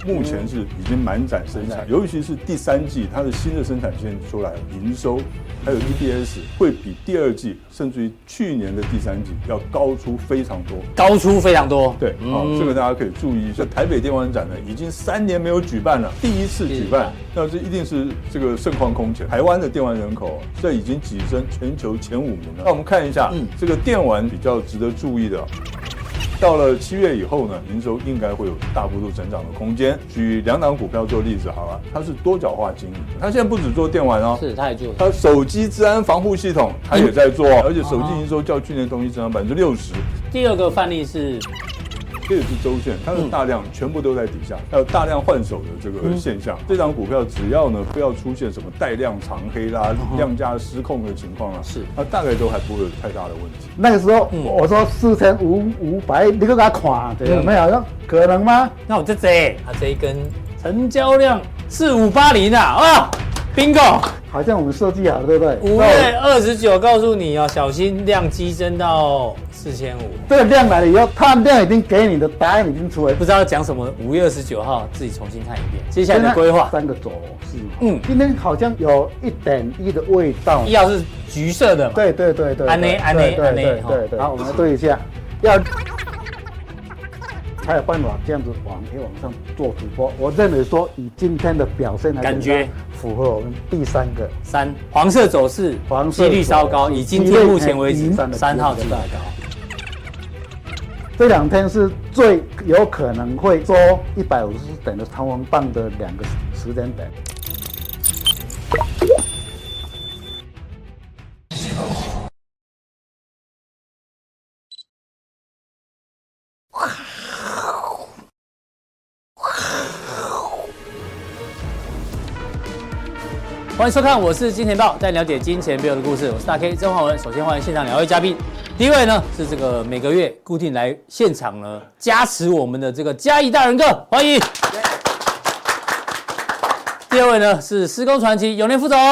目前是已经满载生产，尤其是第3季它的新的生产线出来，营收还有 EPS 会比第2季甚至于去年的第3季要高出非常多， 高出非常多。 对，这个大家可以注意一下。台北电玩展呢，已经3年没有举办了，第1次举办，那这一定是这个盛况空前。台湾的电玩人口这已经跻身全球前5名了。那我们看一下，这个电玩比较值得注意的。到了7月以后呢，营收应该会有大幅度成长的空间。举2档股票做例子好了，它是多角化经营，它现在不只做电玩哦， 是它也做， 它手机治安防护系统它也在做，而且手机营收较去年同期增长60%。 第2个范例是。 这也是周线，它的大量全部都在底下，还有大量换手的这个现象。这张股票只要呢不要出现什么带量长黑啦、量价失控的情况啊， 是它大概都还不会有太大的问题。 那个时候我说4500，你给他看，有没有？可能吗？ 那我这这一根成交量4580啊，bingo！ 好像我们设计好了，对不对 ？5月29告诉你哦，小心量激增到4500。 这个量来了以后，它量已经给你的答案已经出来， 不知道讲什么。5月29号自己重新看一遍。接下来的规划 ，3个走势。今天好像有1.1的味道。 1号是橘色的嘛？ 对。 安内。 对。好，我们对一下，要才有办法这样子往上做突破。我认为说，以今天的表现来感觉符合我们第3个 3黄色走势，几率稍高。以今天目前为止，3号几率高。 这2天是最有可能会收150点的长红棒的2个时间点。 欢迎收看，我是金钱豹，带你了解金钱背后的故事。我是大 K 曾焕文。首先欢迎现场2位嘉宾，第一位呢是这个每个月固定来现场呢加持我们的这个嘉义大人哥，欢迎。第2位呢是施工传奇永年副总。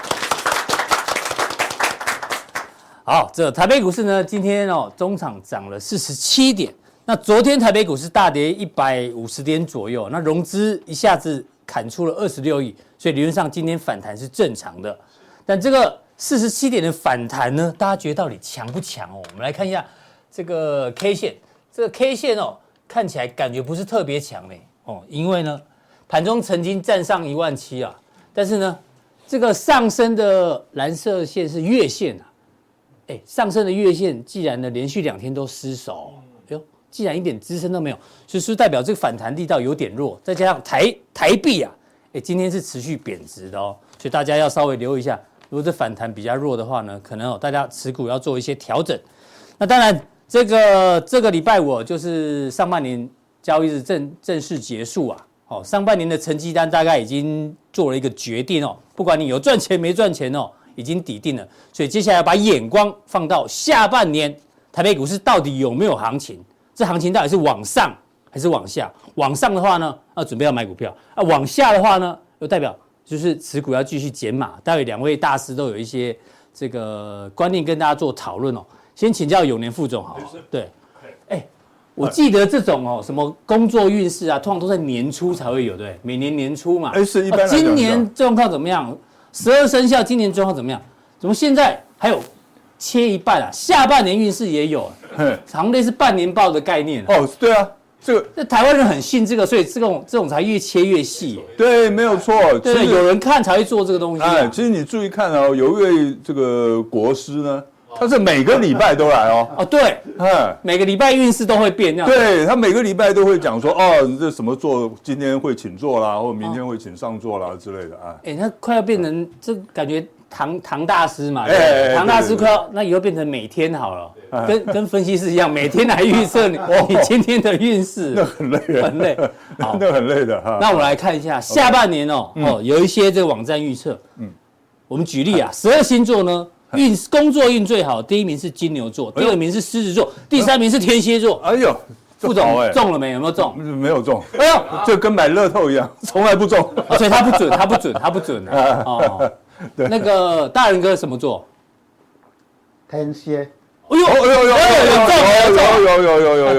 好，这台北股市呢今天中场涨了47点，那昨天台北股市大跌150点左右，那融资一下子砍出了26亿，所以理论上今天反弹是正常的。但这个47点的反弹呢，大家觉得到底强不强哦？我们来看一下这个 K 线，这个 K 线看起来感觉不是特别强嘞因为呢盘中曾经站上17000啊，但是呢这个上升的蓝色线是月线啊，上升的月线既然呢连续2天都失守，既然一点支撑都没有，所以是代表这个反弹力道有点弱，再加上台币啊，今天是持续贬值的所以大家要稍微留意一下，如果这反弹比较弱的话呢，可能大家持股要做一些调整。那当然，这个礼拜5就是上半年交易日正式结束啊，上半年的成绩单大概已经做了一个决定不管你有赚钱没赚钱已经底定了，所以接下来把眼光放到下半年台北股市到底有没有行情。这行情到底是往上还是往下？往上的话呢，准备要买股票；往下的话呢，又代表就是持股要继续减码。待会2位大师都有一些这个观念跟大家做讨论先请教永年副总好了。对，我记得这种什么工作运势啊，通常都在年初才会有，对，每年年初嘛。 是一般来讲。 今年状况怎么样？12生肖今年状况怎么样？怎么现在还有切一半啊？下半年运势也有。常类似半年报的概念对啊， 那台湾人很信这个，所以这种才越切越细。 对，没有错。 对，有人看才会做这个东西。 其实你注意看有一位这个国师呢，他是每个礼拜都来对，每个礼拜运势都会变， 对，他每个礼拜都会讲说你这什么座今天会请座啦，或明天会请上座啦之类的那快要变成这感觉唐大师嘛，唐大师快要那以后变成每天好了。跟分析师一样，每天来预测你今天的运势， 那很累， 很累， 那很累的哈。 那我们来看一下下半年有一些这个網站预测，我们举例12星座呢，工作运最好，第1名是金牛座，第2名是狮子座，第3名是天蝎座。 哎呦， 副总中了没？有没有中？ 没有中。哎呦，就跟买乐透一样，从来不中。 所以他不准对，那个大人哥什么座？ 天蝎。 有，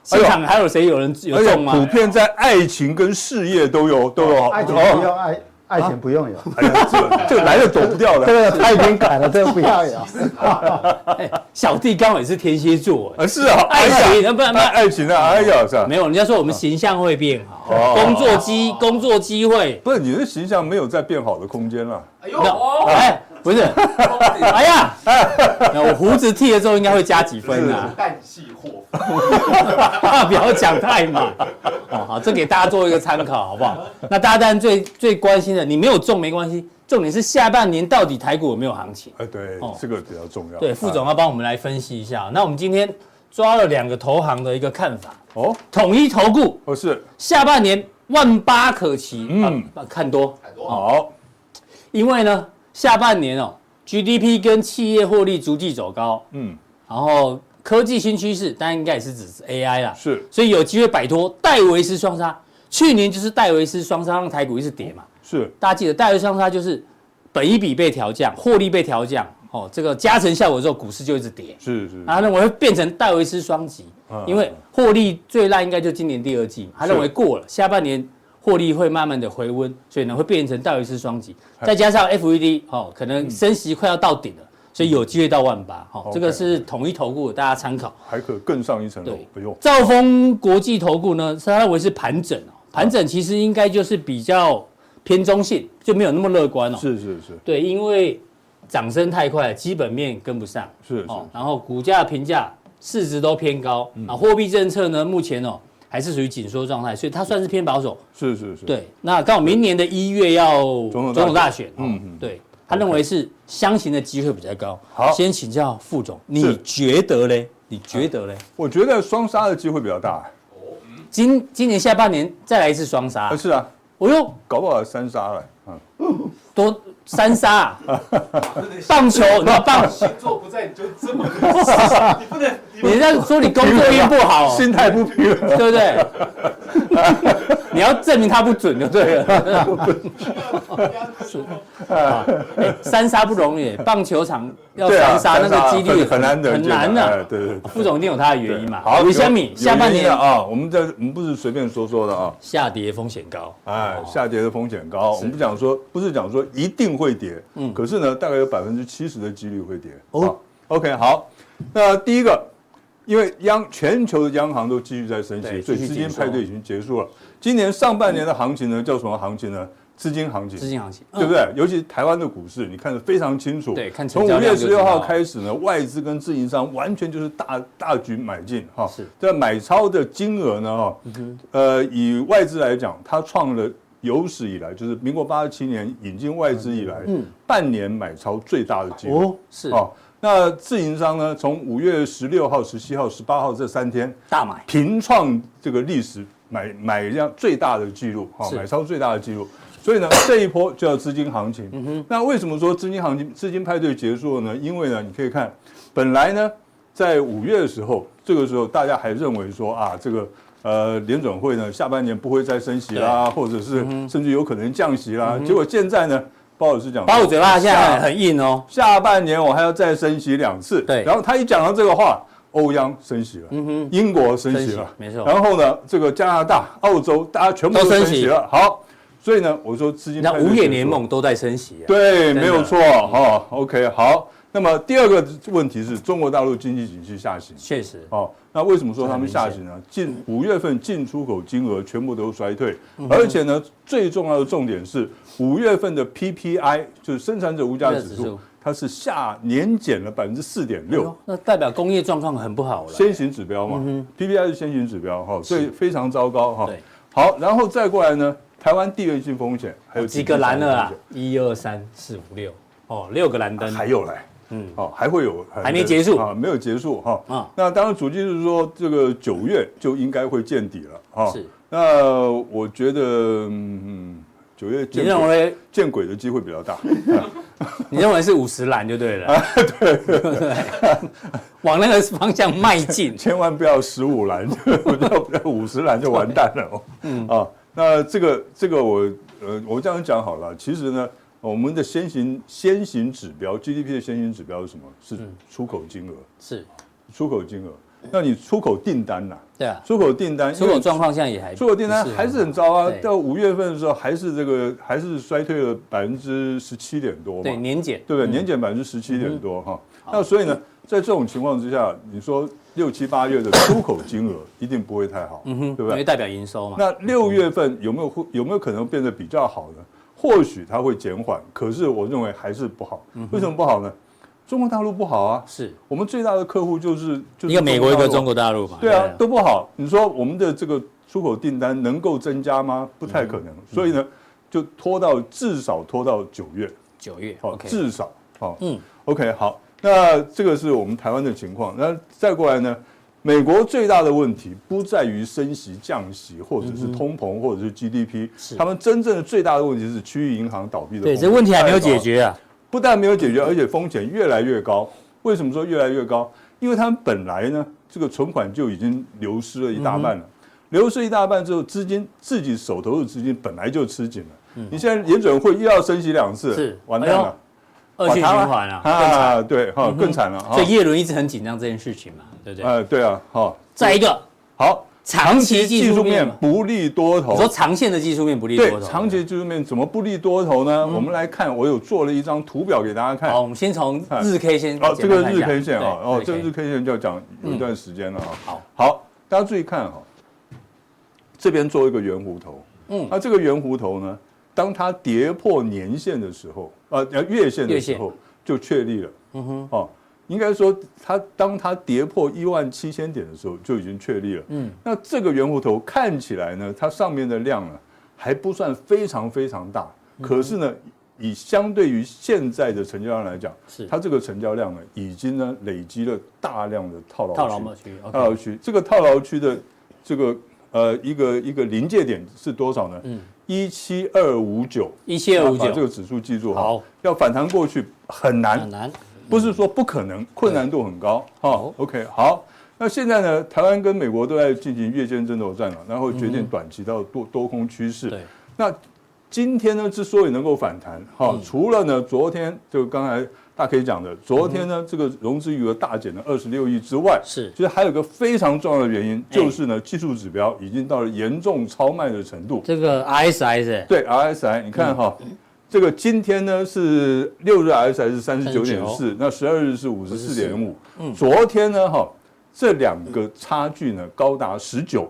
现场还有谁有中吗？ 普遍在爱情跟事业都有。 爱情不用爱情不用有。 哎呀，这个来了躲不掉的。 这个太敏感了，这个不要有。 小弟刚好也是天蝎座， 是啊， 爱情不爱情啊，哎呀，是吧？ 没有，人家说我们形象会变好，工作机会。 不是你的形象没有在变好的空间了。 哎呦，不是，哎呀，我胡子剃了之后应该会加几分啊？ 旦夕祸福， 不要讲太满。好，这给大家做一个参考，好不好？那大家当然最关心的，你没有中没关系，重点是下半年到底台股有没有行情？ 对，这个比较重要。 对，副总要帮我们来分析一下。那我们今天抓了2个投行的一个看法。统一投顾是下半年18000可期，看多。 好， 因为呢，下半年GDP 跟企业获利逐季走高，然后科技新趋势，当然应该也是指 AI 啦， 是， 所以有机会摆脱戴维斯双杀。去年就是戴维斯双杀让台股一直跌嘛， 是， 大家记得戴维斯双杀就是本益比被调降，获利被调降，这个加成效果之后，股市就一直跌， 是， 他认为会变成戴维斯双击，因为获利最烂应该就今年第2季，他认为过了，下半年获利会慢慢的回温，所以呢会变成戴维斯双击，再加上 FED 可能升息快要到顶了，所以有机会到18000，这个是统一投顾，大家参考， 还可更上一层楼，不用。 兆丰国际投顾呢，他认为是盘整盘整其实应该就是比较偏中性，就没有那么乐观是， 对，因为涨升太快，基本面跟不上， 是， 然后股价评价市值都偏高，货币政策呢目前还是属于紧缩状态，所以它算是偏保守。 是。 对，那刚好明年的1月要总统大选，对，他认为是箱型的机会比较高。 好， 先请教副总，你觉得嘞？ 我觉得双杀的机会比较大。 今年下半年再来一次双杀？ 是啊，搞不好3杀了。 多3杀棒球，你知道星座不在，你就这么你不能， 你在说你工作运不好， 心态不平衡， 对不对？你要证明他不准就对了。3杀不容易，棒球场要3杀那个几率很难的，对。 副总一定有他的原因嘛。 好， 为什么下半年我们不是随便说的下跌风险高， 下跌的风险高。我们不是讲说一定会跌，可是呢，大概有70%的几率会跌。OK， 好，那第一个，因为全球的央行都继续在升息，所以资金派对已经结束了。今年上半年的行情呢，叫什么行情呢？资金行情，对不对？尤其台湾的股市，你看得非常清楚。 对， 从5月16号开始呢，外资跟自营商完全就是大举买进是。 这买超的金额呢，以外资来讲，它创了有史以来，就是民国87年引进外资以来，半年买超最大的记录。 是。 那自营商呢，从5月16号、17号、18号这3天大买， 平创这个历史买量最大的记录，买超最大的记录。所以呢，这一波就叫资金行情。那为什么说资金派对结束了呢？因为呢，你可以看，本来呢，在5月的时候，这个时候大家还认为说这个联准会呢下半年不会再升息啦，或者是甚至有可能降息啦。结果现在呢，鲍尔斯讲， 把我嘴巴现在很硬下半年我还要再升息2次。 对， 然后他一讲到这个话，欧央升息了，英国升息了， 没错。 然后呢，这个加拿大、澳洲，大家全部都升息了。好。所以呢，我说资金那五眼联盟都在升息对，没有错OK， 好。那么第二个问题是中国大陆经济景气下行， 确实。 那为什么说他们下行呢？5月份进出口金额全部都衰退，而且呢，最重要的重点是5月份的 PPI， 就是生产者物价指数，它是年减了4.6%， 那代表工业状况很不好了。 先行指标嘛，PPI 是先行指标所以非常糟糕对。 好，然后再过来呢？台湾地缘性风险还有几个蓝了啊？1、2、3、4、5、6， 6个蓝灯， 还有来，还会有， 还没结束没有结束那当然，主计是说这个9月就应该会见底了是。 那我觉得9月你认为见鬼的机会比较大？ 你认为是50蓝就对了，对，往那个方向迈进， 千万不要15蓝，要50蓝就完蛋了那这个我这样讲好了，其实呢，我们的先行指标 GDP 的先行指标是什么？是出口金额， 是出口金额。 那你出口订单呐， 对啊， 出口订单， 出口状况现在也还出口订单还是很糟啊。 对到5月份的时候，还是衰退了17%多嘛， 对，年减， 对不对？年减17%多哈。那所以呢，在这种情况之下，你说6、7、8月的出口金额一定不会太好，对不对？ 因为代表营收嘛。 那6月份有没有可能变得比较好呢？或许它会减缓，可是我认为还是不好。为什么不好呢？中国大陆不好啊， 是我们最大的客户就是一个美国一个中国大陆嘛。 对啊，都不好。你说我们的这个出口订单能够增加吗？不太可能。所以呢，就至少拖到9月。 9月， 好， OK 至少好，OK 好。那这个是我们台湾的情况。那再过来呢，美国最大的问题不在于升息、降息，或者是通膨，或者是 GDP，他们真正的最大的问题是区域银行倒闭的。 对，这问题还没有解决啊。 不但没有解决，而且风险越来越高。为什么说越来越高？因为他们本来呢，这个存款就已经流失了一大半了。流失一大半之后，资金自己手头的资金本来就吃紧了。你现在联准会又要升息2次， 是完蛋了， 恶性循环啊， 对哈，更惨了。 所以耶伦一直很紧张这件事情嘛，对不对？ 对啊，好。 再一个， 好。 长期技术面不利多头。 你说长线的技术面不利多头？ 对，长期技术面怎么不利多头呢？我们来看，我有做了一张图表给大家看。 好，我们先从日 K 先。 这个日 K 线啊，这个日 K 线就要讲有一段时间了啊。好，大家注意看哈，这边做一个圆弧头。那这个圆弧头呢，当它跌破年线的时候，月线的时候就确立了。应该说，当它跌破17000点的时候，就已经确立了。那这个圆弧头看起来呢，它上面的量呢还不算非常非常大，可是呢，相对于现在的成交量来讲，它这个成交量呢，已经呢累积了大量的套牢区。这个套牢区的这个一个临界点是多少呢？17259。把这个指数记住好，要反弹过去很难。不是说不可能，困难度很高。OK， 好。那现在呢，台湾跟美国都在进行月线争夺战了，然后决定短期到多空趋势。对。那今天呢，之所以能够反弹，除了呢昨天就刚才大K讲的，昨天呢这个融资余额大减了26亿之外，其实还有一个非常重要的原因，就是呢技术指标已经到了严重超卖的程度。 这个 RSI 是？ 对 RSI， 你看哈。这个今天呢是6日 RSI 是39.4，那12日是54.5。昨天呢这两个差距呢高达19%。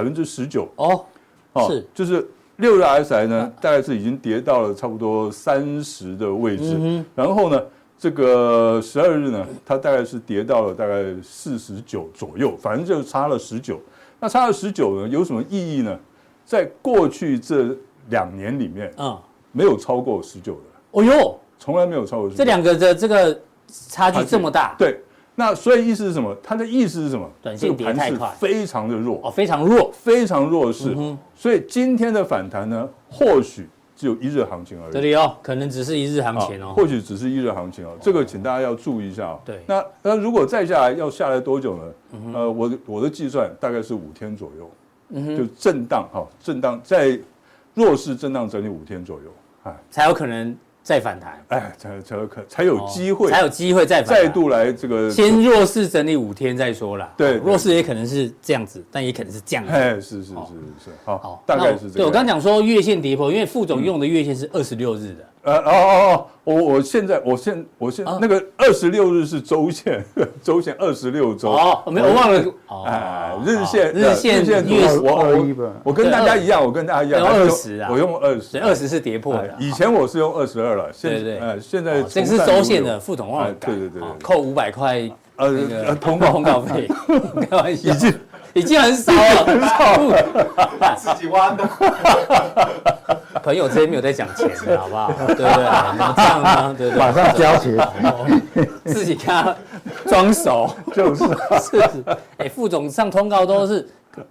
是，就是6日 RSI 呢大概是已经跌到了差不多30的位置，然后呢这个12日呢它大概是跌到了大概49左右，反正就差了19。那差了19呢有什么意义呢？在过去这2年里面，没有超过19的。哦呦，从来没有超过19。 这两个的这个差距这么大。 对，那所以意思是什么？它的意思是什么？ 短线跌太快， 非常的弱。 非常弱， 非常弱势。所以今天的反弹呢，或许只有1日行情而已。 这里可能只是1日行情或许只是1日行情这个请大家要注意一下对，那如果再下来要下来多久呢？我的计算大概是5天左右。就震荡在弱势震荡整理5天左右。 才有可能再反弹， 才有机会， 再度来这个先弱势整理5天再说啦。 对， 弱势也可能是这样子，但也可能是这样子。 是，好，大概是这样。 对，我刚讲说月线跌破，因为副总用的月线是26日的。 我现在那个26日是周线，周线26周。 没有，我忘了。 日线月我跟大家一样，用 20啊， 我用20 是跌破的。 以前我是用22了，现在这个是周线的，副总忘了改。 对， 扣500块通告费， 开玩笑，已经很少了， 自己挖的。 朋友之间没有在讲钱的，好不好？对不对？这样呢？对， 马上交钱， 自己跟他装熟， 就是副总上通告都是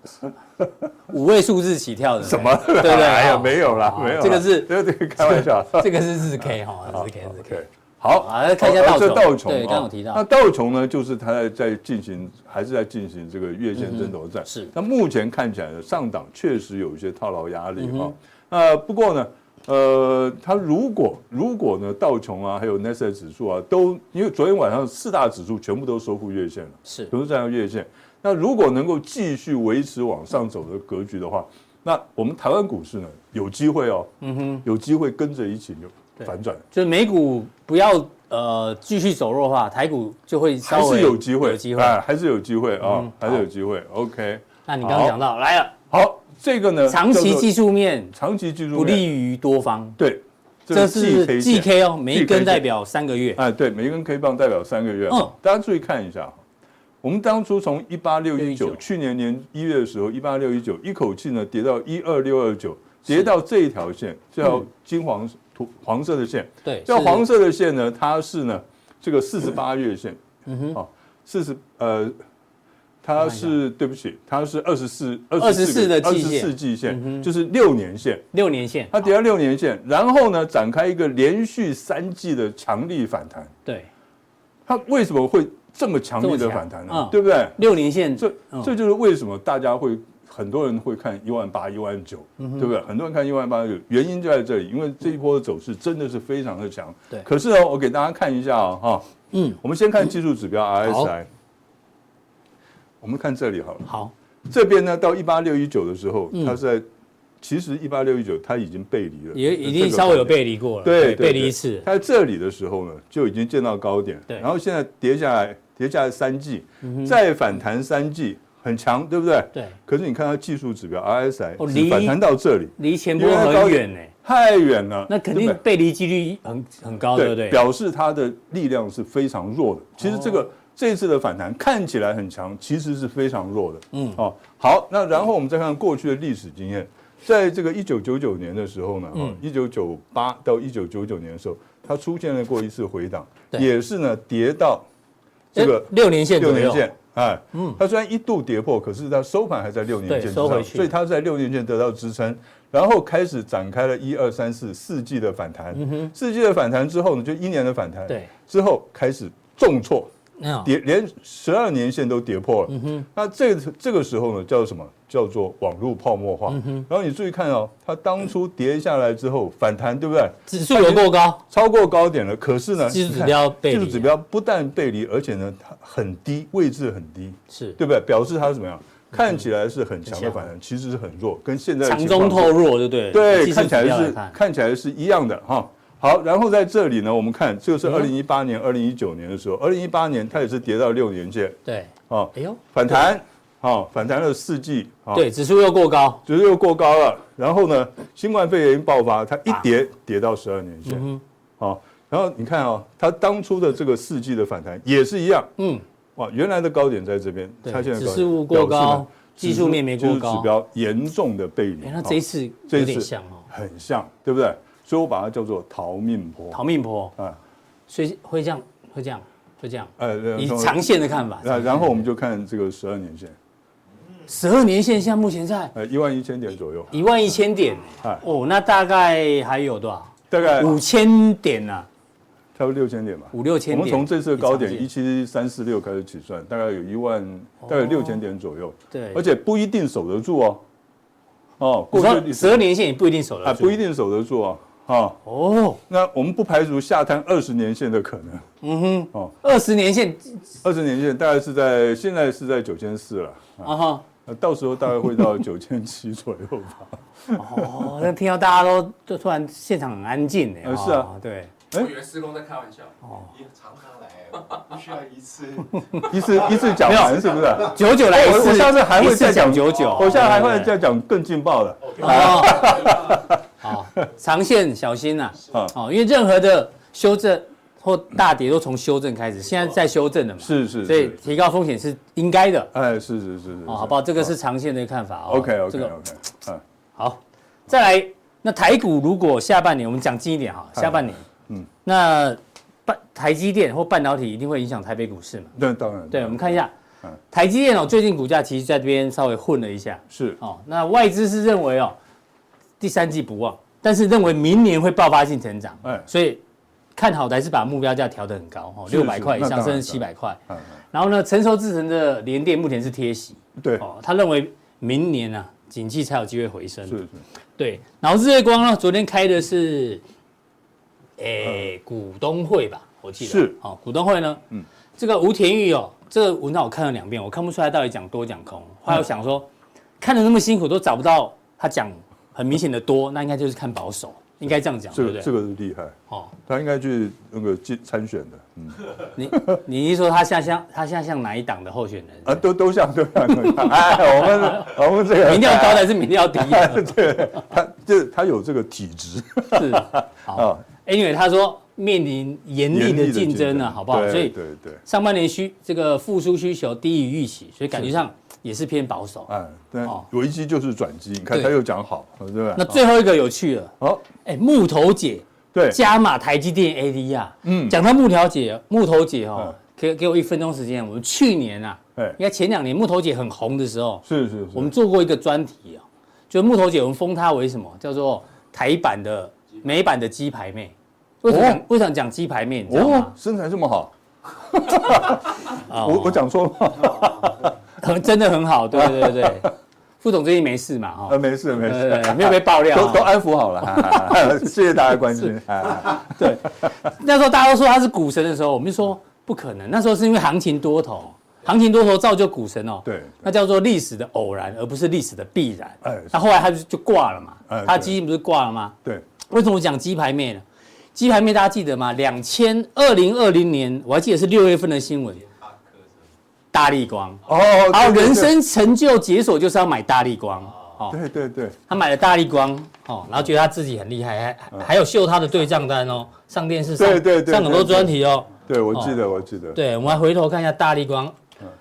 5位数字起跳的， 什么？ 对不对？ 哎呀，没有啦，没有。 这个是开玩笑， 这个是日 K 日 K。 好， 来看一下道琼。对，刚刚有提到。 那道琼呢，就是它还是在进行这个月线争夺战。 是。 那目前看起来呢，上档确实有一些套牢压力不过呢，它如果呢，道琼啊，还有 Nasdaq 指数啊，因为昨天晚上4大指数全部都收复月线了，全部站上月线。 那如果能够继续维持往上走的格局的话，那我们台湾股市呢有机会哦，有机会跟着一起反转。 就是美股不要继续走弱的话，台股就会稍微还是有机会，还是有机会啊，还是有机会。OK， 那你刚刚讲到来了， 好，这个呢， 长期技术面不利于多方， 对。 这是 GK 哦，每一根代表3个月。 对，每一根 K 棒代表3个月。大家注意看一下，我们当初从18619去年年1月的时候，18619一口气呢跌到12629，跌到这一条线，这条金黄色的线。对，这条黄色的线呢，它是呢这个48月线。它是对不起，它是24的季线，就是6年线。 6年线， 它跌到6年线，然后呢展开一个连续3季的强力反弹。 对， 它为什么会这么强力的反弹呢？对不对 ？6年线， 这就是为什么大家很多人会看18000、19000，对不对？很多人看18000，原因就在这里，因为这一波的走势真的是非常的强。对，可是呢，我给大家看一下我们先看技术指标 RSI。我们看这里好了。好，这边呢到18619的时候，它是其实18619它已经背离了， 也已经稍微有背离过了， 对， 背离一次。 它在这里的时候呢，就已经见到高点，然后现在跌下来3季，再反弹3季，很强，对不对？对。可是你看它技术指标 RSI 只反弹到这里， 离前波很远呢， 太远了， 那肯定背离几率很高，对不对？ 表示它的力量是非常弱的。其实这次的反弹看起来很强，其实是非常弱的。好，那然后我们再看过去的历史经验，在这个1999年的时候呢，1998到1999年的时候，它出现了过一次回档，也是呢跌到这个 6年线左右。 它虽然一度跌破，可是它收盘还在6年线之上，所以它在6年线得到支撑，然后开始展开了1、2、3、4季的反弹。4季的反弹之后呢，就1年的反弹，之后开始重挫。连12年线都跌破了，那这个时候呢，叫做什么？叫做网络泡沫化。然后你注意看哦，它当初跌下来之后反弹，对不对？ 指数有过高， 超过高点了。可是呢， 技术指标不但背离，而且呢，它很低，位置很低， 是对不对？表示它是怎么样？看起来是很强的反弹，其实是很弱，跟现在强中透弱，对不对？ 对，看起来是一样的哈。好，然后在这里呢，我们看这个是2018年、2019年的时候，2018年它也是跌到6年线， 对， 反弹，反弹了4季， 对，指数又过高， 了。然后呢，新冠肺炎爆发，它一跌到12年线，然后你看它当初的这个4季的反弹也是一样，原来的高点在这边，它现在指数过高，技术面没过高， 指标严重的背离。 那这一次有点像很像，对不对？所以我把它叫做逃命坡， 所以会这样，以长线的看法。 然后我们就看这个12年线 ，12年线现在目前在 11000点左右 ，11000点，那大概还有多少？ 大概 5000点啊， 差不多6000点吧 ，5、6000点。 我们从这次的高点17346开始起算，大概有大概6000点左右，对，而且不一定守得住过去12年线也不一定守得住， 不一定守得住那我们不排除下探20年线的可能。 20年线大概现在是在9400了到时候大概会到9700左右吧。 那听到大家都突然现场很安静是啊， 对。 我以为施工在开玩笑常常来，不需要一次讲完是不是 ？99来一次， 我下次还会再讲 99， 我现在还会再讲更劲爆的。 好，长线小心呐！因为任何的修正或大跌都从修正开始，现在在修正的嘛， 是， 所以提高风险是应该的。 是， 好不好？这个是长线的看法。 OK， 好，再来，那台股如果下半年我们讲近一点下半年，那台积电或半导体一定会影响台北股市嘛？ 对，当然。 对，我们看一下，台积电最近股价其实在这边稍微混了一下， 是那外资是认为第3季不旺，但是认为明年会爆发性成长，所以看好还是把目标价调得很高，600块以上甚至700块。然后呢，成熟制程的联电目前是贴息， 对， 他认为明年景气才有机会回升，是，对。然后日月光呢，昨天开的是股东会吧，我记得是股东会呢，这个吴田玉这个文章我看了2遍，我看不出来到底讲多讲空。后来我想说，看得那么辛苦都找不到他讲很明显的多，那应该就是看保守，应该这样讲，对不对？ 这个是厉害哦，他应该去那个参选的。你一说他现在像哪一党的候选人啊？都像。哎，我们这个民调高还是民调低？ 对，他有这个体质。 是好。Anyway， 他说面临严厉的竞争呢，好不好？所以上半年这个复苏需求低于预期，所以感觉上也是偏保守。 但危机就是转机，你看他又讲好，对不对？ 那最后一个有趣了，木头姐加码台积电 ADR，讲到木头姐哦，给我1分钟时间。我们去年啊，应该前2年木头姐很红的时候， 是， 我们做过一个专题哦，就木头姐我们封她为什么叫做美版的鸡排妹。为什么讲鸡排面？你知道吗？ 身材这么好，我讲错了吗？ 真的很好，对。副总最近没事嘛？ 没事， 没有被爆料， 都安抚好了。谢谢大家关心。 对，那时候大家都说他是股神的时候，我们就说不可能。那时候是因为行情多头造就股神哦。 对， 那叫做历史的偶然，而不是历史的必然。那后来他就挂了嘛，他基金不是挂了吗？ 对。 为什么我讲鸡排妹呢？鸡排妹大家记得吗？2020年我还记得是6月份的新闻，大立光然后人生成就解锁就是要买大立光对， 他买了大立光然后觉得他自己很厉害，还有秀他的对账单上电视上很多专题对，我记得。 对，我们来回头看一下大立光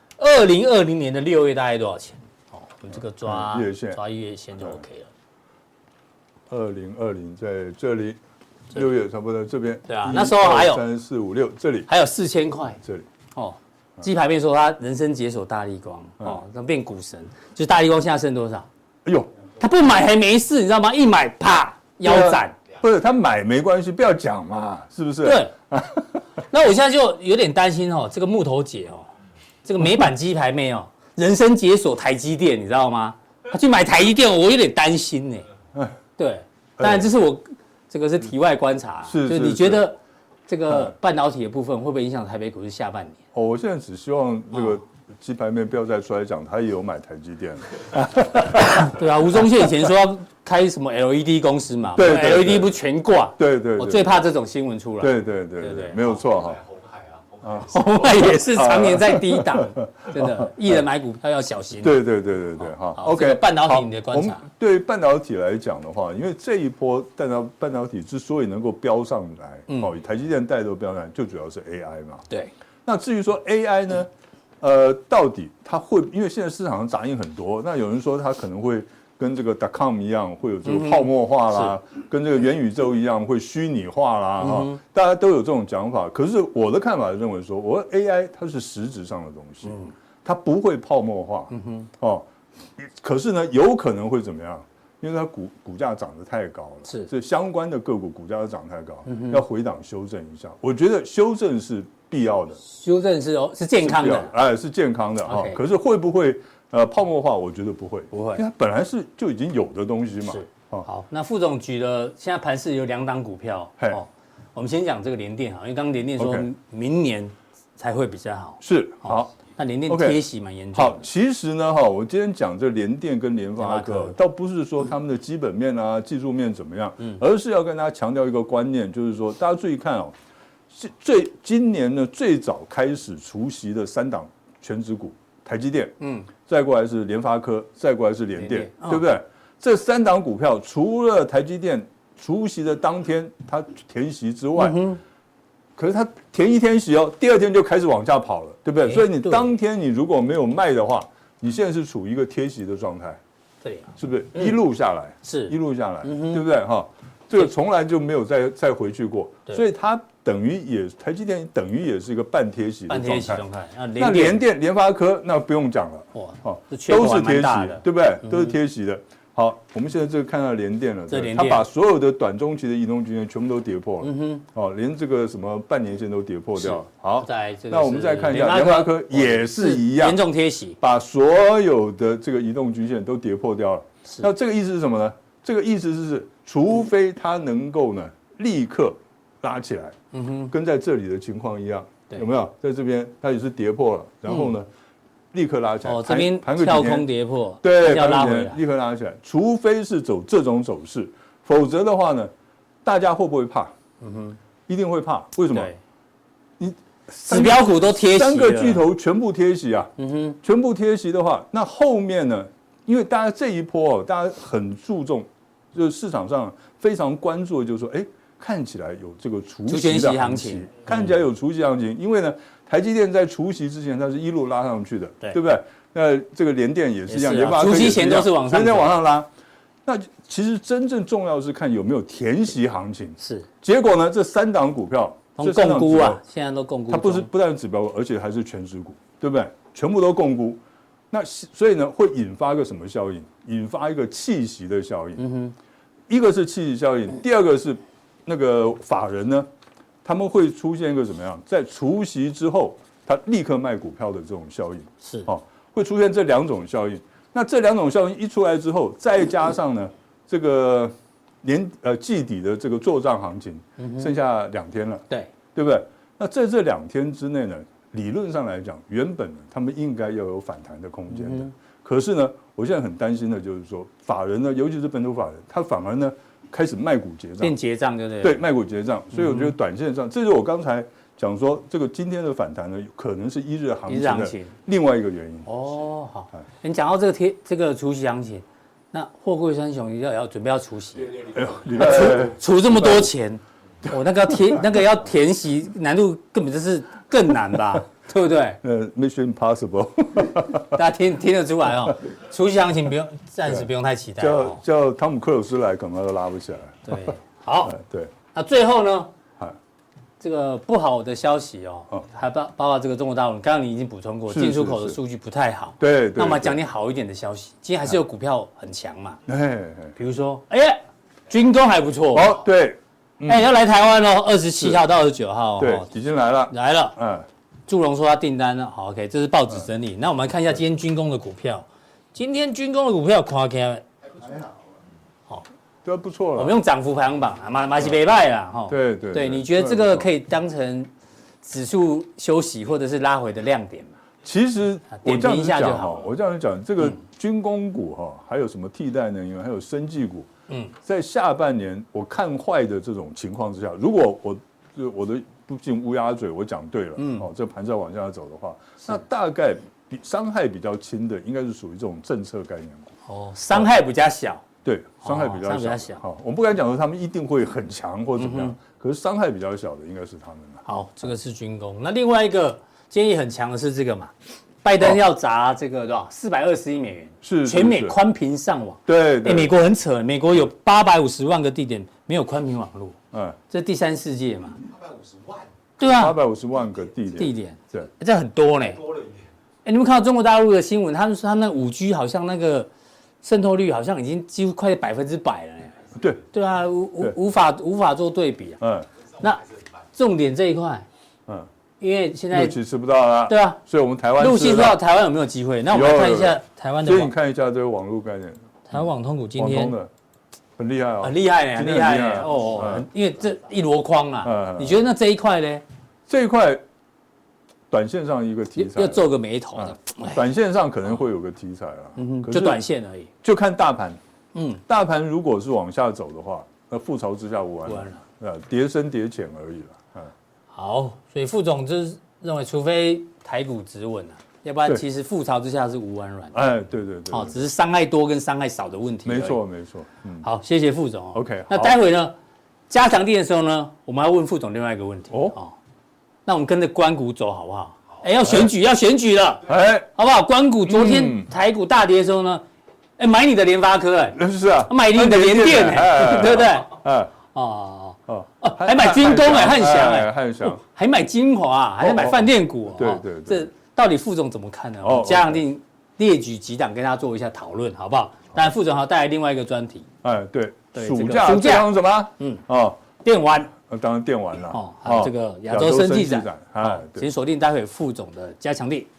，2020年的6月大概多少钱？我们这个抓月线就 OK 了。2020在这里。6月差不多这边， 对啊，那时候还有 3、4、5、6，这里还有4000块， 这里鸡排妹说他人生解锁大立光变股神，就是大立光现在剩多少？ 哎呦， 他不买还没事，你知道吗？一买啪腰斩， 不是他买没关系，不要讲嘛，是不是？ 对。那我现在就有点担心这个木头姐这个美版鸡排妹人生解锁台积电，你知道吗？他去买台积电，我有点担心呢。对，当然这个是题外观察，就是你觉得这个半导体的部分会不会影响台北股市下半年？ 我现在只希望这个鸡排妹不要再出来讲，他也有买台积电。 对啊，吴宗宪以前说要开什么 LED 公司嘛， 对 ，LED 不全挂。 对， 我最怕这种新闻出来。 对，没有错哈。 红海也是常年在低档，真的，艺人买股票要小心。 对，哈。OK， 半导体你的观察。 对半导体来讲的话，因为这一波半导体之所以能够飙上来，以台积电带头飙上来，就主要是 AI 嘛。 对。 那至于说 AI 呢，到底它会，因为现在市场上杂音很多，那有人说它可能会跟这个 .com 一样，会有这个泡沫化啦，跟这个元宇宙一样会虚拟化啦，大家都有这种讲法。可是我的看法认为说，我 AI 它是实质上的东西，它不会泡沫化，可是呢，有可能会怎么样？因为它股价涨得太高了，这相关的个股股价涨太高，要回档修正一下。我觉得修正是必要的， 修正是健康的， 是健康的可是会不会泡沫化？我觉得不会，因为它本来就已经有的东西嘛。 好，那副总举了现在盘市有2档股票，我们先讲这个联电因为刚刚联电说明年才会比较好， 是好。 那联电贴息蛮严重。 好，其实呢，我今天讲这联电跟联发科，倒不是说他们的基本面啊、技术面怎么样，而是要跟大家强调一个观念，就是说大家注意看今年呢最早开始除息的3档权值股，台积电，再过来是联发科，再过来是联电，对不对？这3档股票除了台积电除息的当天它填息之外，可是它填一天息第2天就开始往下跑了，对不对？所以你当天你如果没有卖的话，你现在是处于一个贴息的状态， 对， 是不是？一路下来，一路下来，对不对？这个从来就没有再回去过，所以它等于台积电等于也是一个半贴息的状态。那联电、联发科那不用讲了，都是贴息，对不对？都是贴息的。好，我们现在这个看到联电了，它把所有的短中期的移动均线全部都跌破了，连这个什么半年线都跌破掉了。好，那我们再看一下联发科也是一样， 严重贴息， 把所有的这个移动均线都跌破掉了。那这个意思是什么呢？这个意思是，除非它能够呢立刻拉起来，跟在这里的情况一样， 对有没有？在这边它也是跌破了，然后呢，立刻拉起来。 这边盘个几天跳空跌破， 对， 要拉回来， 立刻拉起来。除非是走这种走势，否则的话呢，大家会不会怕？一定会怕。为什么？你指标股都贴息了， 三个巨头全部贴息啊，全部贴息的话，那后面呢？因为大家这一波大家很注重，就是市场上非常关注的，就是说，看起来有这个除息的行情，看起来有除息行情，因为呢，台积电在除息之前，它是一路拉上去的，对不对？那这个联电也是一样， 除息前都是往上， 往上拉。那其实真正重要是看有没有填息行情。 是。 结果呢，这3档股票， 共估啊，现在都共估。 它不但是指标股，而且还是全指股，对不对？全部都共估。那所以呢，会引发个什么效应？引发一个弃息的效应。一个是弃息效应，第二个是那个法人呢，他们会出现一个怎么样？在除息之后，他立刻卖股票的这种效应。 是。 会出现这2种效应。那这2种效应一出来之后，再加上呢，这个季底的这个做账行情，剩下2天了，对不对？那在这2天之内呢，理论上来讲，原本他们应该要有反弹的空间的。可是呢，我现在很担心的就是说，法人呢，尤其是本土法人，他反而呢开始卖股结账， 变结账，对不对？ 对，卖股结账。所以我觉得短线上，这是我刚才讲说，这个今天的反弹呢，可能是一日行情的另外一个原因。 好，你讲到这个除息行情，那货柜三雄要准备要除息，除这么多钱，我那个要填息难度根本就是更难吧，对不对 ？Mission Impossible， 大家听得出来哦。除息行情暂时不用太期待。 叫汤姆克鲁斯来，可能都拉不起来。 对，好， 对。 那最后呢？这个不好的消息还包括这个中国大陆，刚刚你已经补充过，进出口的数据不太好。 对。 那我们讲点好一点的消息，今天还是有股票很强嘛。比如说，军工还不错。 对。 要来台湾喽，27号到29号。 对，已经来了。祝融说他订单了，好 ，OK， 这是报纸整理。那我们来看一下今天军工的股票。今天军工的股票夸开，好。 都不错了， 我们用涨幅排行榜啊，马西北拜啦，对，你觉得这个可以当成指数休息或者是拉回的亮点吗？ 其实我这样子讲哈， 这个军工股还有什么替代能源，还有生技股，在下半年我看坏的这种情况之下，如果我的不进乌鸦嘴，我讲对了，这盘再往下走的话，那大概伤害比较轻的，应该是属于这种政策概念股。 伤害比较小。 对，伤害比较小。好，我们不敢讲说他们一定会很强或怎么样，可是伤害比较小的应该是他们了。 好，这个是军工。那另外一个建议很强的是这个嘛，拜登要砸这个多少？420亿美元， 是全美宽频上网。 对， 美国很扯，美国有850万个地点没有宽频网络。这第3世界嘛。 850万。 对啊 ，850万个地点。对， 这很多呢。多了一点。你们看到中国大陆的新闻，他们说他们5G 好像那个。渗透率好像已经几乎快100%了。对啊，无法做对比啊。那重点这一块，因为现在陆续吃不到啦。 对啊， 所以我们台湾陆续不知道台湾有没有机会。那我们来看一下台湾的。 所以你看一下这个网络概念， 台湾网通股今天很厉害哦， 很厉害哦，因为这一箩筐啊。你觉得那这一块呢？ 这一块。短线上一个题材要做个眉头的， 短线上可能会有个题材啦， 就短线而已， 就看大盘，大盘如果是往下走的话，那覆巢之下无完卵，跌深跌浅而已了， 好，所以副总就是认为，除非台股止稳啊，要不然其实覆巢之下是无完卵， 对， 只是伤害多跟伤害少的问题， 没错， 好，谢谢副总 ，OK， 那待会呢，加强定的时候呢，我们要问副总另外一个问题，那我们跟着官股走好不好？要选举了，好不好？官股昨天台股大跌的时候呢，买你的联发科， 是啊， 买你的联电，对不对？还买军工， 汉翔， 还买精华，还买饭店股， 对， 这到底副总怎么看呢？加强定列举几档跟大家做一下讨论，好不好？当然，副总还带来另外一个专题， 对，暑假什么？ 电玩。 当然电玩了还有这个亚洲生技展，请锁定待会副总的加强定。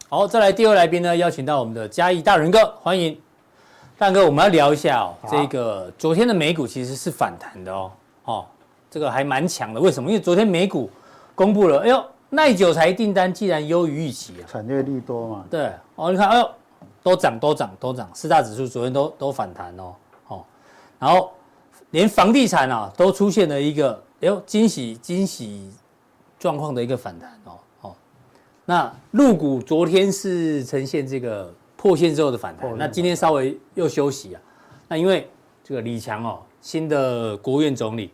好，再来第二位来宾呢，邀请到我们的嘉义大仁哥，欢迎大仁哥，我们要聊一下哦，这个昨天的美股其实是反弹的哦，这个还蛮强的，为什么？因为昨天美股公布了，哎呦，耐久材订单既然优于预期啊， 产业利多嘛， 对，你看，哎呦，都涨，四大指数昨天都反弹哦，然后连房地产啊都出现了一个，哎呦，惊喜状况的一个反弹哦。那陆股昨天是呈现这个破线之后的反弹，那今天稍微又休息啊。那因为这个李强新的国务院总理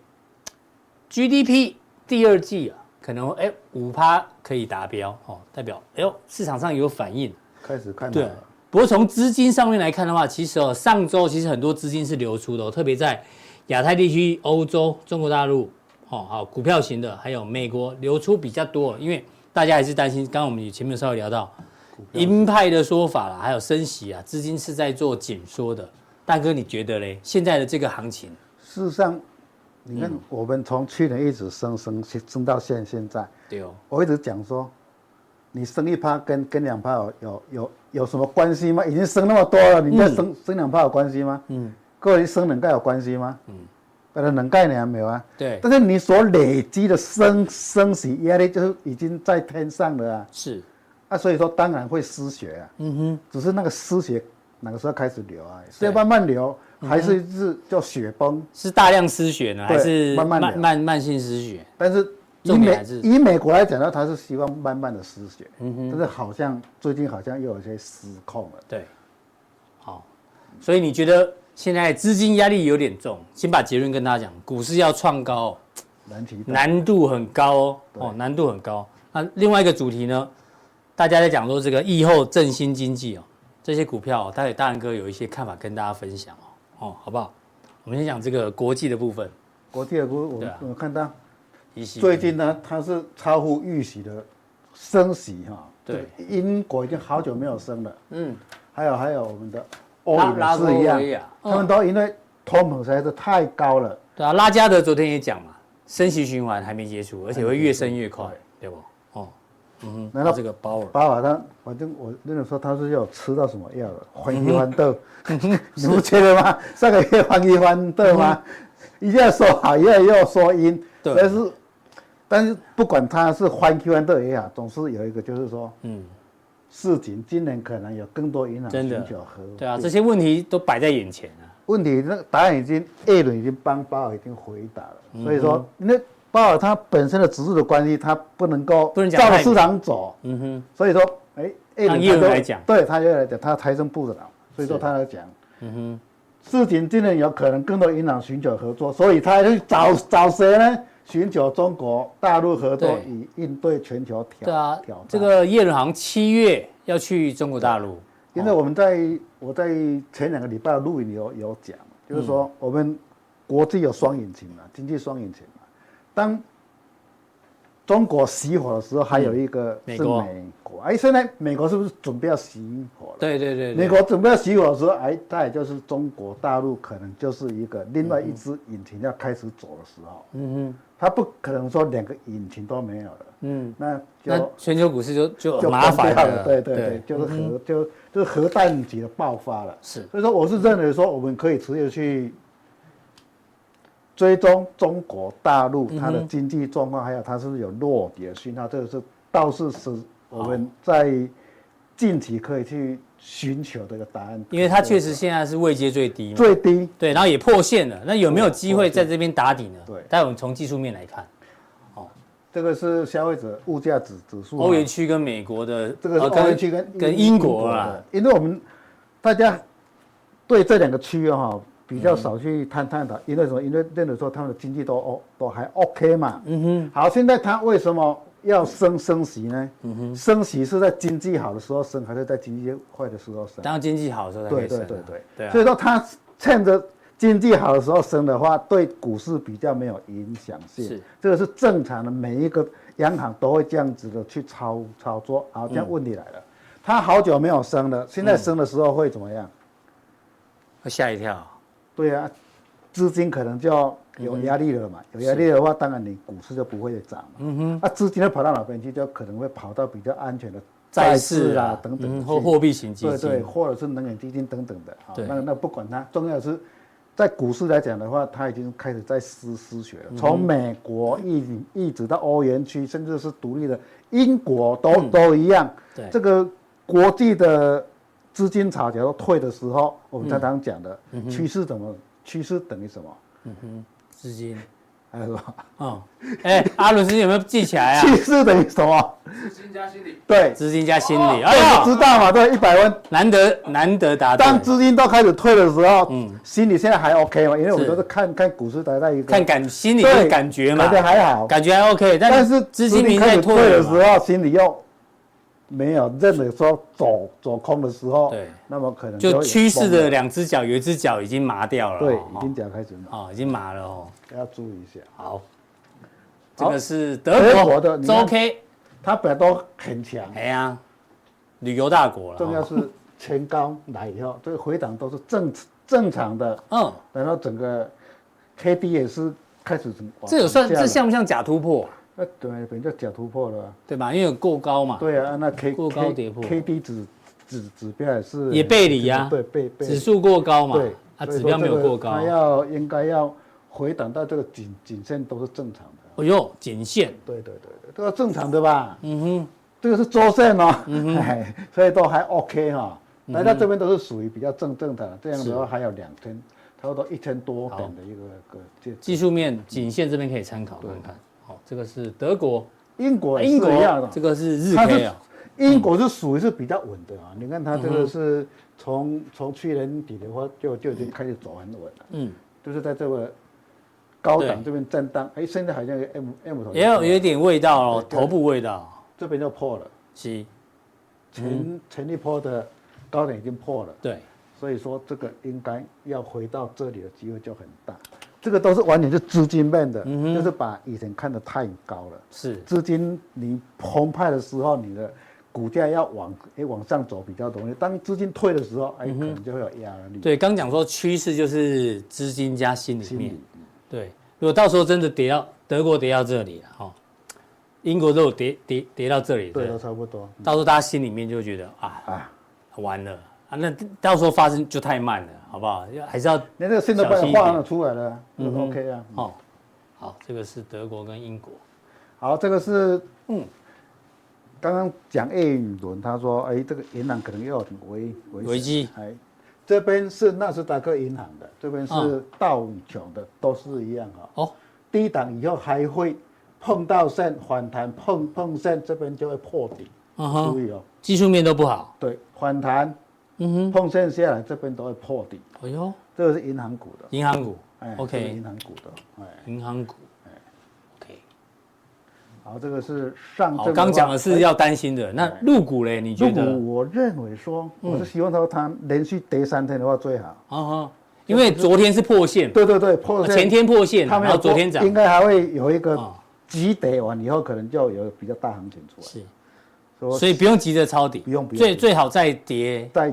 ，GDP 第二季啊，可能5%可以达标代表市场上有反应， 开始看到对。不过从资金上面来看的话，其实上周其实很多资金是流出的特别在亚太地区、欧洲、中国大陆好股票型的，还有美国流出比较多，因为大家还是担心，刚刚我们前面稍微聊到鹰派的说法啦，还有升息啊，资金是在做紧缩的。大哥，你觉得嘞？现在的这个行情， 事实上，你看我们从去年一直升到现在， 对哦， 我一直讲说，你升1%跟2%有什么关系吗？已经升那么多了，你再升2%有关系吗？各位升2盖有关系吗？把它能概念没有啊？ 对。 但是你所累积的升息压力就是已经在天上了啊。 是。 所以说当然会失血啊。只是那个失血哪个时候开始流啊？是要慢慢流，还是叫雪崩？ 是大量失血呢，还是慢性失血？ 但是以美国来讲呢，他是希望慢慢的失血。但是好像最近好像又有些失控了。 对。好，所以你觉得？现在资金压力有点重，先把结论跟大家讲，股市要创高，难度很高难度很高。那另外一个主题呢，大家在讲说这个疫后振兴经济这些股票待会大仁哥有一些看法跟大家分享好不好？我们先讲这个国际的部分。 国际的部分，我看到最近呢，它是超乎预期的升息对，英国已经好久没有升了，还有我们的。欧元是一样，他们都因为通膨实在是太高了。 对啊，拉加德昨天也讲嘛，升息循环还没结束，而且会越升越快，对不？难道这个鲍尔他，反正我那个时候他是有吃到什么药了，欢喜欢乐，你不觉得吗？上个月欢喜欢乐吗？一下说好，一下又说阴，但是不管他是欢喜欢乐也好，总是有一个就是说，事情今年可能有更多银行寻求合作。 对啊，这些问题都摆在眼前啊。 问题那答案A 轮已经帮鲍尔已经回答了，所以说那鲍尔他本身的指数的关系，他不能照着市场走。所以说A 轮来讲， 对他来讲，他财政部长，所以说他来讲，事情今年有可能更多银行寻求合作，所以他去找谁呢？寻求中国大陆合作，以应对全球挑战。 这个叶伦好像7月要去中国大陆， 因为我在前2个礼拜的录影有讲，就是说我们国际有双引擎嘛，经济双引擎嘛。当中国熄火的时候，还有一个是美国。现在美国是不是准备要熄火了？ 对。 美国准备要熄火的时候，它也就是中国大陆可能就是一个另外一支引擎要开始走的时候。它不可能说2个引擎都没有了。 那全球股市就麻烦了。 对，就是核弹级的爆发了。 是， 所以说我是认为说我们可以持续去追踪中国大陆它的经济状况，还有它是不是有落底的讯号，这个是倒是我们在近期可以去寻求这个答案。 因为它确实现在是位阶最低嘛， 最低， 对，然后也破线了，那有没有机会在这边打底呢？ 对， 待会我们从技术面来看。 这个是消费者物价指数， 欧元区跟美国的， 这个是欧元区跟英国啦， 因为我们大家对这2个区域比较少去探讨，因为什么？因为认为说他们的经济都还 OK 嘛。好，现在他为什么要升息呢？升息是在经济好的时候升，还是在经济坏的时候升？ 当经济好的时候才可以升。 对。所以说他趁着经济好的时候升的话，对股市比较没有影响性。是，这个是正常的，每一个央行都会这样子的去操作。好，这样问题来了，他好久没有升了，现在升的时候会怎么样？ 会吓一跳。 对啊，资金可能就有压力了嘛。有压力的话，当然你股市就不会涨嘛。资金会跑到哪边去？就可能会跑到比较安全的债市啊等等， 或货币型基金， 对，或者是能源基金等等的。 对， 那不管它，重要的是在股市来讲的话，它已经开始在失血了。从美国一直到欧元区，甚至是独立的英国都一样。 对， 这个国际的资金潮假如退的时候，我们常常讲的趋势趋势等于什么？ 资金。 还有什么？ 哦，阿伦斯有没有记起来啊？ 趋势等于什么？ 资金加心理。 对， 资金加心理。 知道嘛？对100分， 难得答对。 当资金都开始退的时候，心理现在还 OK 嘛？因为我们都是看股市待在一个心理的感觉嘛， 感觉还好， 感觉还 OK。但是资金开始退的时候，心里又没有认得说走空的时候， 对， 那么可能就趋势的2只脚，有一只脚已经麻掉了， 对，已经脚开始麻， 已经麻了哦， 要注意一下。 好，这个是德国的周 K， 它本来都很强， 哎呀，旅游大国了， 重要是前高来以后，这个回档都是正常的，然后整个 K D 也是开始这像不像假突破？ 对，本来就假突破了， 对吧？因为有过高嘛。 对啊，那过高跌破 ，K D 指标也背离呀， 对， 指数过高嘛， 对， 指标没有过高， 它应该要回档到这个颈线都是正常的。 哎呦，颈线， 对，都是正常的吧？这个是周线哦，所以都还 OK 哈。来到这边都是属于比较正常的，这样的话还有2天，差不多1000多点的一个技术面颈线这边可以参考看看。好，这个是德国， 英国一样的， 这个是日 K 啊。 英国是属于是比较稳的啊，你看它这个是从去年底的话就已经开始走很稳了，就是在这个高档这边震荡，现在好像有 M 头也有一点味道哦，头部味道， 这边就破了， 是， 前一波的高点已经破了， 对， 所以说这个应该要回到这里的机会就很大。这个都是完全是资金面的，就是把以前看得太高了。 是资金你澎湃的时候，你的股价要往上走比较容易。当资金退的时候，可能就会有压力。 对，刚讲说趋势就是资金加心里面。对，如果到时候真的德国跌到这里了，英国都有跌到这里， 对，都差不多。 到时候大家心里面就会觉得完了。那到时候发生就太慢了，好不好？还是要连这个线都把它画了出来了，OK 啊。 好，这个是德国跟英国。 好，这个是刚刚讲叶宇伦他说，这个银行可能要危机。 这边是纳斯达克银行的，这边是道琼的，都是一样低档以后还会碰到线反弹，碰线这边就会破底，注意技术面都不好。 对，反弹。碰线下来这边都会破底。 哎呦， 这个是银行股的。 银行股 ，OK， 银行股的， 银行股，OK。 好，这个是上证。 刚讲的是要担心的，那陆股嘞？你觉得？ 陆股，我认为说，我是希望它连续跌3天的话最好。 因为昨天是破线。 对，破线。 前天破线，然后昨天涨。 应该还会有一个急跌完以后，可能就有比较大行情出来。 是。所以不用急着抄底， 不用， 最好再跌个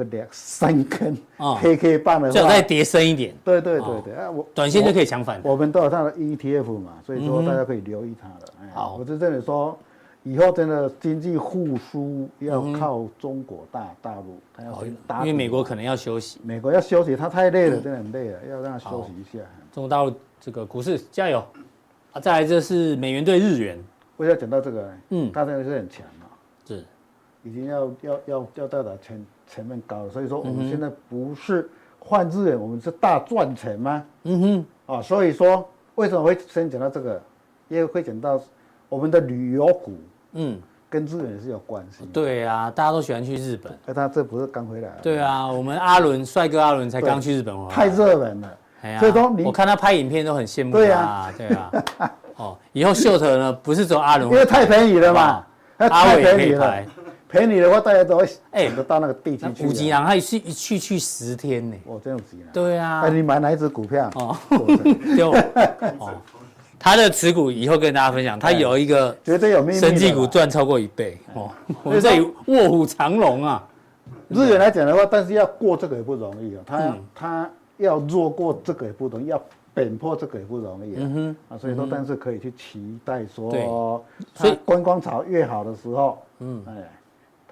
2-3根黑 K 棒的话， 最好再跌深一点。 对， 短线就可以抢反弹。 我们都有它的 ETF 嘛，所以说大家可以留意它的。好，我是这里说，以后真的经济复苏要靠中国大陆，它要打， 因为美国可能要休息， 美国要休息，它太累了，真的很累了，要让它休息一下。 中国大陆这个股市加油啊！再来，这是美元对日元。 我要讲到这个，它真的是很强。 是， 已经要到达前面高了，所以说我们现在不是换日元，我们是大赚钱吗？所以说为什么会先讲到这个，也会讲到我们的旅游股，跟日元是有关系。 对啊，大家都喜欢去日本， 他这不是刚回来？ 对啊，我们帅哥阿伦才刚去日本回来， 太热门了。所以说我看他拍影片都很羡慕他。对啊，以後秀特呢不是只有阿伦， 因为太便宜了嘛。 阿伟也可以拍， 便宜的话，大家都会得到那个地区去。 五级郎他一去10天呢。 这样子。 对啊。 你买哪一只股票？ 他的持股以后跟大家分享，他有一个绝对有秘密， 生技股赚超过1倍我们这里卧虎藏龙啊。 日元来讲的话，但是要过这个也不容易他要弱过这个也不容易，要贬破这个也不容易所以说，但是可以去期待说，它观光潮越好的时候，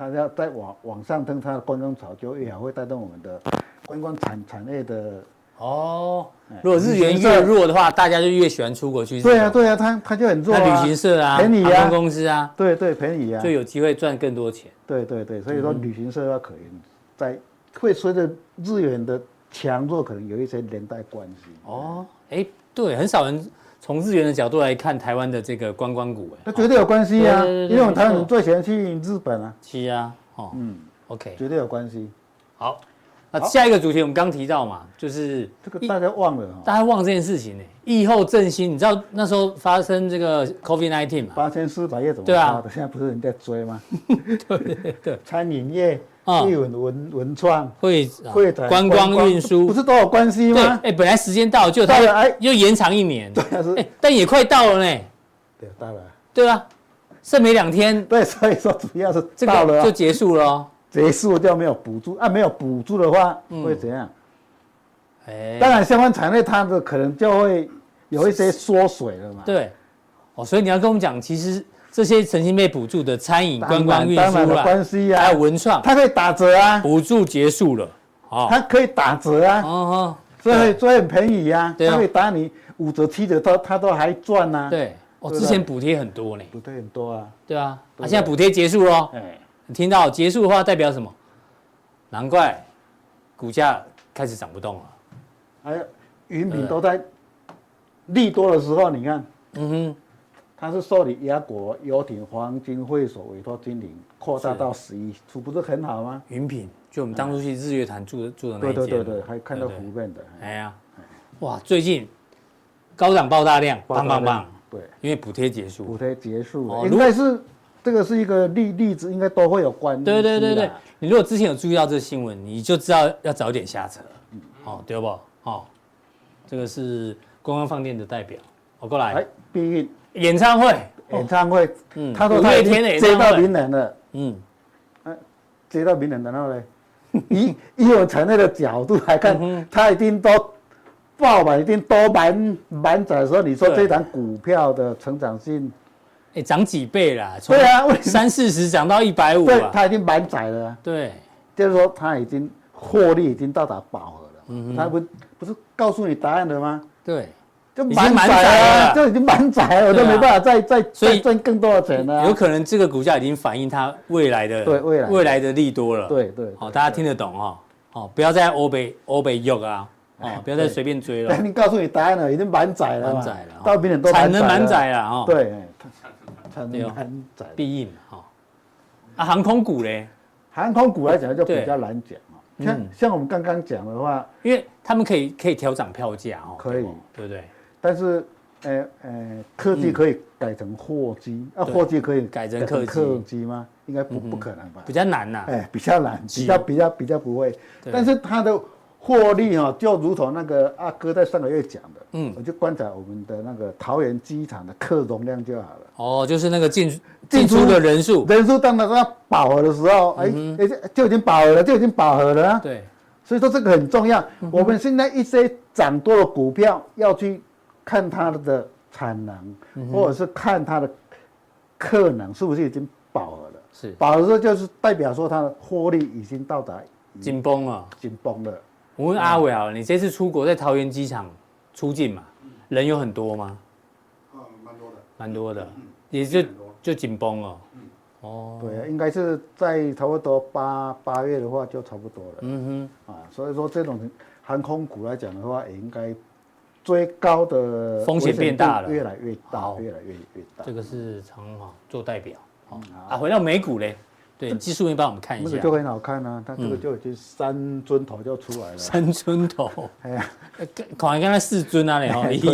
它要再往上腾，它的观光潮就越好，会带动我们的观光产业的。 哦，如果日元越弱的话，大家就越喜欢出国去。 对啊，它就很弱啊。 那旅行社啊， 便宜啊， 航空公司啊， 对，便宜啊， 就有机会赚更多钱。 对，所以说旅行社要可能会随着日元的强弱，可能有一些连带关系。 哦，对，很少人从日元的角度来看台湾的这个观光股， 那绝对有关系啊， 对因为我们台湾人最喜欢去日本啊。 是啊，OK， 绝对有关系。 好。那下一个主题我们刚提到嘛，就是这个大家忘了大家忘这件事情呢。疫后振兴，你知道那时候发生这个 COVID-19 嘛 ？8400业怎么发的？现在不是人在追吗？ 对， 餐饮业、艺文创、 会展、 观光运输， 不是都有关系吗？ 对，本来时间到，就它又延长1年，对，但也快到了呢。 对，到了。 对啊，剩没2天。 对，所以说主要是到了就结束了。 结束就没有补助啊，没有补助的话会怎样？当然相关产业它的可能就会有一些缩水了嘛。 对，所以你要跟我们讲，其实这些曾经被补助的餐饮、观光、运输啦，关系啊， 还有文创， 它可以打折啊， 补助结束了， 它可以打折啊，所以很便宜啊，它可以打你5折、7折，它都还赚啊。 对，之前补贴很多呢， 补贴很多啊， 对啊，现在补贴结束了。你听到结束的话代表什么？难怪股价开始涨不动了。 还有云品都在利多的时候，你看，它是受理雅果游艇黄金会所委托经营扩大到11处，不是很好吗？ 云品就我们当初去日月潭住的那一间， 对，还看到湖面的。 哎呀，哇，最近高涨爆大量，棒， 对， 因为补贴结束， 应该是。这个是一个例子，应该都会有关系。 对，你如果之前有注意到这个新闻，你就知道要早点下车，对不？这个是观光饭店的代表，我过来。 毕竟演唱会， 他说他已经接到明年了，接到明年，然后呢，以我们产业的角度来看，他已经都爆满，已经都满载的时候，你说这档股票的成长性？ 涨几倍啦？ 对啊 ，30-40涨到150啊！ 对，它已经满载了。 对， 就是说它已经获利已经到达饱和了。它不是告诉你答案了吗？ 对， 就满载了，就已经满载了，我都没办法再赚更多的钱了。 有可能这个股价已经反映它未来的利多了。 对， 大家听得懂不要再欧北用啊，不要再随便追了。 已经告诉你答案了，已经满载了，到明年都产能满载了对。产能满载必应航空股嘞， 航空股来讲就比较难讲像我们刚刚讲的话， 因为他们可以调涨票价可以， 对不对？ 但是客机可以改成货机，货机可以改成客机吗？应该不可能吧？ 比较难呐， 比较难，比较不会。但是它的获利就如同那个阿哥在上个月讲的，我就观察我们的那个桃园机场的客容量就好了。 就是那个进出的人数当它饱和的时候，就已经饱和了， 对， 所以说这个很重要。我们现在一些涨多的股票要去看它的产能，或者是看它的客能是不是已经饱和了。 是饱和就是代表说它的获利已经到达紧绷了。 我问阿伟你这次出国在桃园机场出境嘛，人有很多吗？蛮多的，也就紧绷了。 对，应该是在差不多八月的话就差不多了。所以说这种航空股来讲的话，也应该追高的风险变大了， 越来越大。 这个是长好做代表。回到美股嘞。对，技术面帮我们看一下， 那个就很好看啊，它这个就已经3尊头就出来了。 3尊头，看刚才4尊啊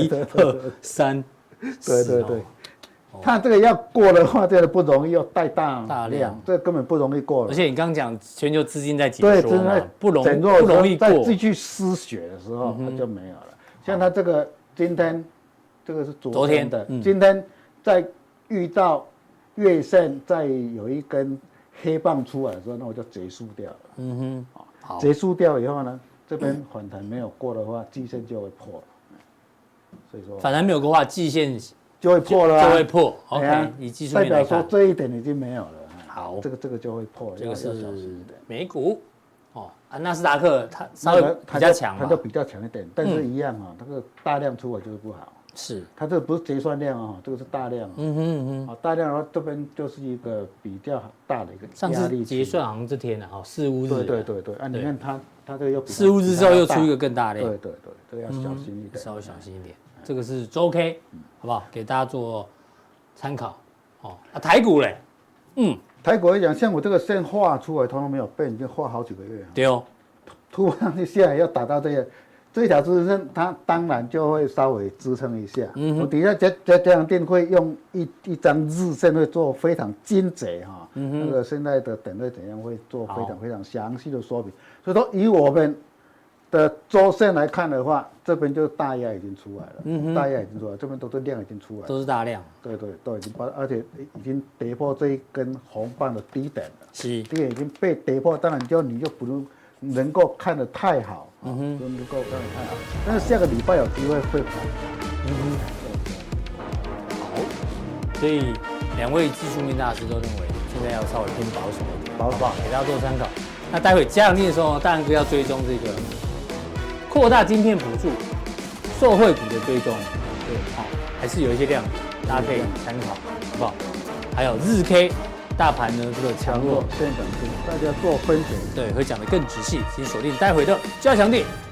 ，1、2、3， 对，它这个要过的话，真的不容易，要带大量，这根本不容易过了。 而且你刚刚讲全球资金在紧缩嘛，不容易过。 在继续失血的时候，它就没有了。像它这个今天，这个是昨天的，今天在遇到月线，再有一根黑棒出来的时候，那我就结束掉了。好，结束掉以后呢，这边反弹没有过的话，季线就会破了。所以说， 反弹没有过的话，季线就会破了， 就会破。OK，以技术面来看， 代表说这一点已经没有了。 好， 这个就会破， 这个是要小心一点。 美股哦，纳斯达克它稍微比较强嘛， 它就比较强一点，但是一样啊，它个大量出来就是不好。 是， 它这个不是结算量啊，这个是大量。大量的话，这边就是一个比较大的一个压力。 上次结算好像这天啊，四五日。 对，啊，你看它这个又四五日之后又出一个更大量。 对，这个要小心一点， 稍微小心一点。这个是周 K， 好不好？给大家做参考。哦，台股嘞， 台股来讲，像我这个线画出来，通通没有变，已经画好几个月了。 对哦， 突然一下要打到这一条支撑线，它当然就会稍微支撑一下。我底下这样定会用一张日线会做非常精贼哈，那个现在的点位怎样会做非常详细的说明。所以说以我们的周线来看的话，这边就大压已经出来了，大压已经出来，这边都是量已经出来了， 都是大量。 对，都已经而且已经跌破这一根红棒的低点了， 是， 这个已经被跌破，当然你就不能够看得太好，不能够看得太好，但是下个礼拜有机会会反。 好，所以两位技术面大师都认为现在要稍微偏保守一点，好不好？给大家做参考。那待会加强力的时候，大然哥要追踪这个扩大晶片补助、受惠股的追踪，对，好，还是有一些亮点，大家可以参考，好不好？还有日 K 大盘呢这个强弱， 现在跟大家做分解， 对，会讲得更仔细，请锁定待会的加强力。